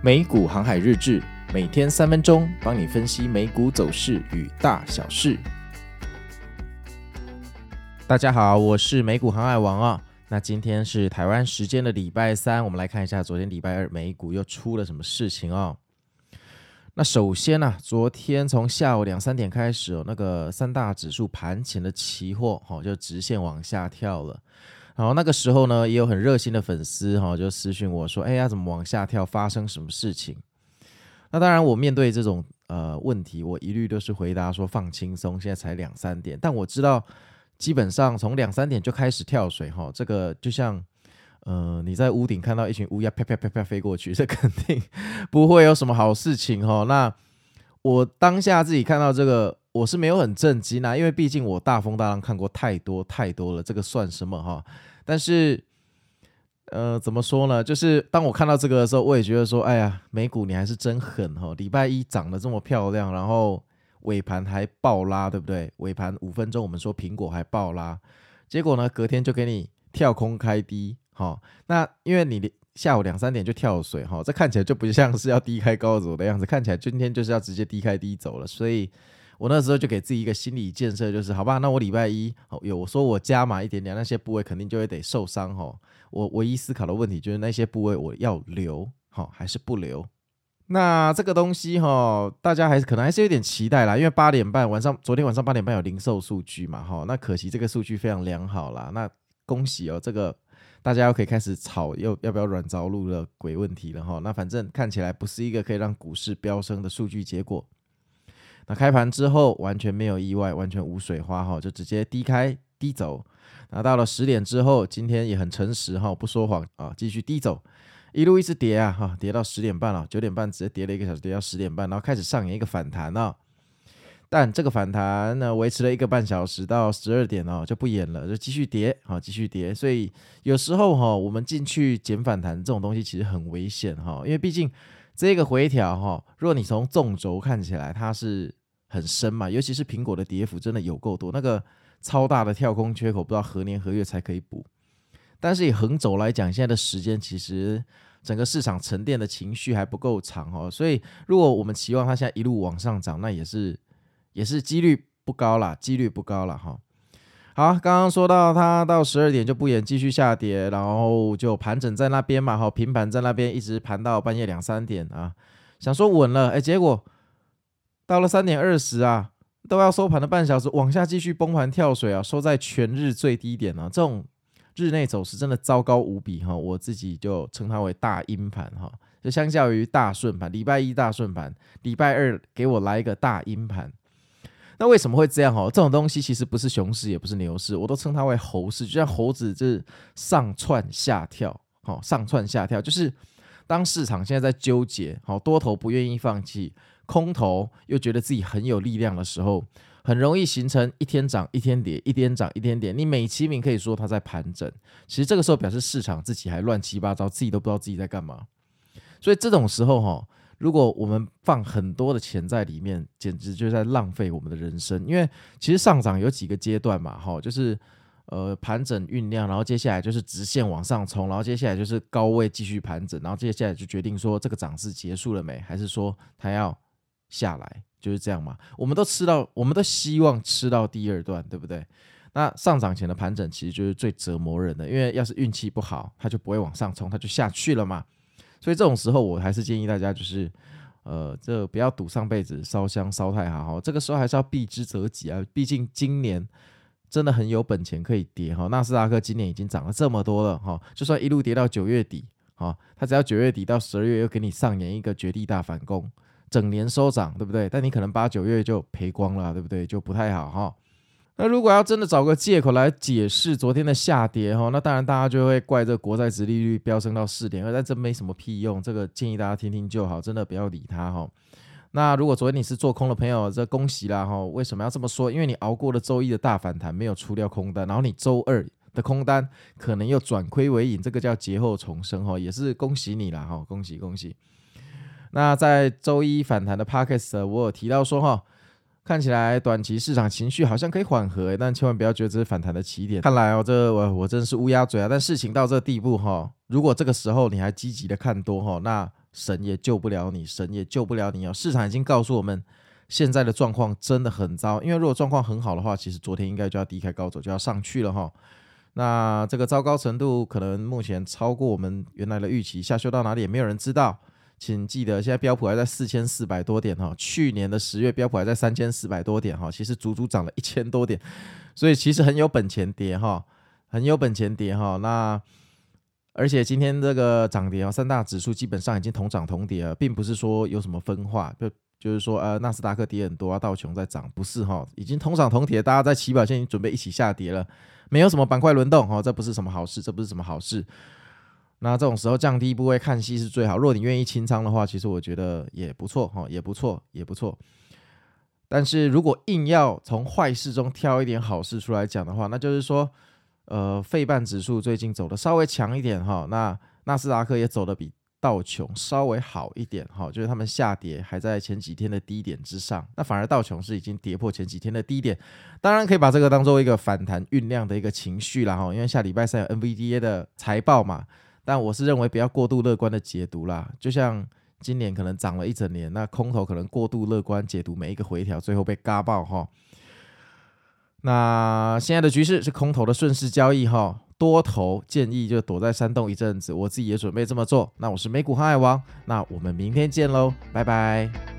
美股航海日志，每天3分钟，帮你分析美股走势与大小事。大家好，我是美股航海王啊。那今天是台湾时间的礼拜三，我们来看一下昨天礼拜二美股又出了什么事情哦。那首先啊，昨天从下午2、3点开始那个三大指数盘前的期货就直线往下跳了。然后那个时候呢，也有很热心的粉丝就私讯我说，要怎么往下跳，发生什么事情？那当然我面对这种问题，我一律都是回答说放轻松，现在才2、3点。但我知道基本上从2、3点就开始跳水这个就像你在屋顶看到一群乌鸦啪啪啪啪飞过去，这肯定不会有什么好事情那我当下自己看到这个，我是没有很震惊因为毕竟我大风大浪看过太多太多了，这个算什么但是怎么说呢，就是当我看到这个的时候，我也觉得说，哎呀，美股你还是真狠礼拜一涨得这么漂亮，然后尾盘还爆拉，对不对？尾盘5分钟我们说苹果还爆拉，结果呢隔天就给你跳空开低那因为你下午2、3点就跳水这看起来就不像是要低开高走的样子，看起来今天就是要直接低开低走了。所以我那时候就给自己一个心理建设，就是好吧，那我礼拜一有说我加码一点点，那些部位肯定就会得受伤我唯一思考的问题就是那些部位我要留还是不留。那这个东西大家可能还是有点期待啦，因为8点半昨天晚上8点半有零售数据嘛那可惜这个数据非常良好啦，那恭喜这个大家又可以开始吵要不要软着陆的鬼问题了那反正看起来不是一个可以让股市飙升的数据结果。那开盘之后完全没有意外，完全无水花就直接低开低走。那到了10点之后，今天也很诚实不说谎继续低走，一路一直跌跌到10点半了，9点半直接跌了1个小时，跌到10点半，然后开始上演一个反弹但这个反弹呢维持了1个半小时，到12点就不演了，就继续跌继续跌。所以有时候我们进去捡反弹这种东西其实很危险因为毕竟这个回调如果你从纵轴看起来它是很深嘛，尤其是苹果的跌幅真的有够多，那个超大的跳空缺口不知道何年何月才可以补。但是以横轴来讲，现在的时间其实整个市场沉淀的情绪还不够长所以如果我们期望它现在一路往上涨，那也是几率不高啦，好，刚刚说到它到12点就不演，继续下跌，然后就盘整在那边嘛平盘在那边一直盘到半夜2、3点想说稳了结果到了3点20都要收盘的半小时，往下继续崩盘跳水收在全日最低点这种日内走势真的糟糕无比我自己就称它为大阴盘就相较于大顺盘，礼拜一大顺盘，礼拜二给我来一个大阴盘。那为什么会这样这种东西其实不是熊市也不是牛市，我都称它为猴市，就像猴子就是上窜下跳上窜下跳，就是当市场现在在纠结多头不愿意放弃，空头又觉得自己很有力量的时候，很容易形成一天涨一天跌，一天涨一天跌，你美其名可以说它在盘整，其实这个时候表示市场自己还乱七八糟，自己都不知道自己在干嘛。所以这种时候如果我们放很多的钱在里面，简直就在浪费我们的人生。因为其实上涨有几个阶段嘛就是盘整酝酿，然后接下来就是直线往上冲，然后接下来就是高位继续盘整，然后接下来就决定说这个涨势结束了没，还是说它要下来，就是这样嘛。我们都希望吃到第二段，对不对？那上涨前的盘整其实就是最折磨人的，因为要是运气不好，它就不会往上冲，它就下去了嘛。所以这种时候我还是建议大家就是这不要赌上辈子烧香烧太好这个时候还是要避之则吉毕竟今年真的很有本钱可以跌纳斯达克今年已经涨了这么多了就算一路跌到9月底它只要9月底到12月又给你上演一个绝地大反攻，整年收涨，对不对？但你可能8、9月就赔光了，对不对？就不太好那如果要真的找个借口来解释昨天的下跌那当然大家就会怪这个国债殖利率飙升到4.2，但这没什么屁用，这个建议大家听听就好，真的不要理它那如果昨天你是做空的朋友，这恭喜啦为什么要这么说？因为你熬过了周一的大反弹，没有出掉空单，然后你周二的空单可能又转亏为盈，这个叫劫后重生也是恭喜你啦恭喜恭喜。那在周一反弹的 Podcast 我有提到说看起来短期市场情绪好像可以缓和但千万不要觉得这是反弹的起点。看来我真是乌鸦嘴但事情到这地步如果这个时候你还积极的看多那神也救不了你，神也救不了你哦。市场已经告诉我们，现在的状况真的很糟，因为如果状况很好的话，其实昨天应该就要低开高走，就要上去了哈。那这个糟糕程度可能目前超过我们原来的预期，下修到哪里也没有人知道。请记得，现在标普还在4400多点哈，去年的10月标普还在3400多点哈，其实足足涨了1000多点，所以其实很有本钱跌哈，很有本钱跌哈。那而且今天这个涨跌三大指数基本上已经同涨同跌了，并不是说有什么分化，就是说纳斯达克跌很多道琼在涨，不是哈，已经同涨同跌，大家在起跑线已经准备一起下跌了，没有什么板块轮动哈，这不是什么好事，这不是什么好事。那这种时候降低部位看戏是最好，如果你愿意清仓的话，其实我觉得也不错哈，也不错，也不错。但是如果硬要从坏事中挑一点好事出来讲的话，那就是说，费半指数最近走的稍微强一点哈，那纳斯达克也走的比道琼稍微好一点哈，就是他们下跌还在前几天的低点之上，那反而道琼是已经跌破前几天的低点，当然可以把这个当做一个反弹酝酿的一个情绪啦哈，因为下礼拜三有 NVDA 的财报嘛。但我是认为不要过度乐观的解读啦，就像今年可能涨了一整年，那空头可能过度乐观解读每一个回调，最后被嘎爆哈。那现在的局势是空头的顺势交易哈，多头建议就躲在山洞一阵子，我自己也准备这么做。那我是美股航海王，那我们明天见喽，拜拜。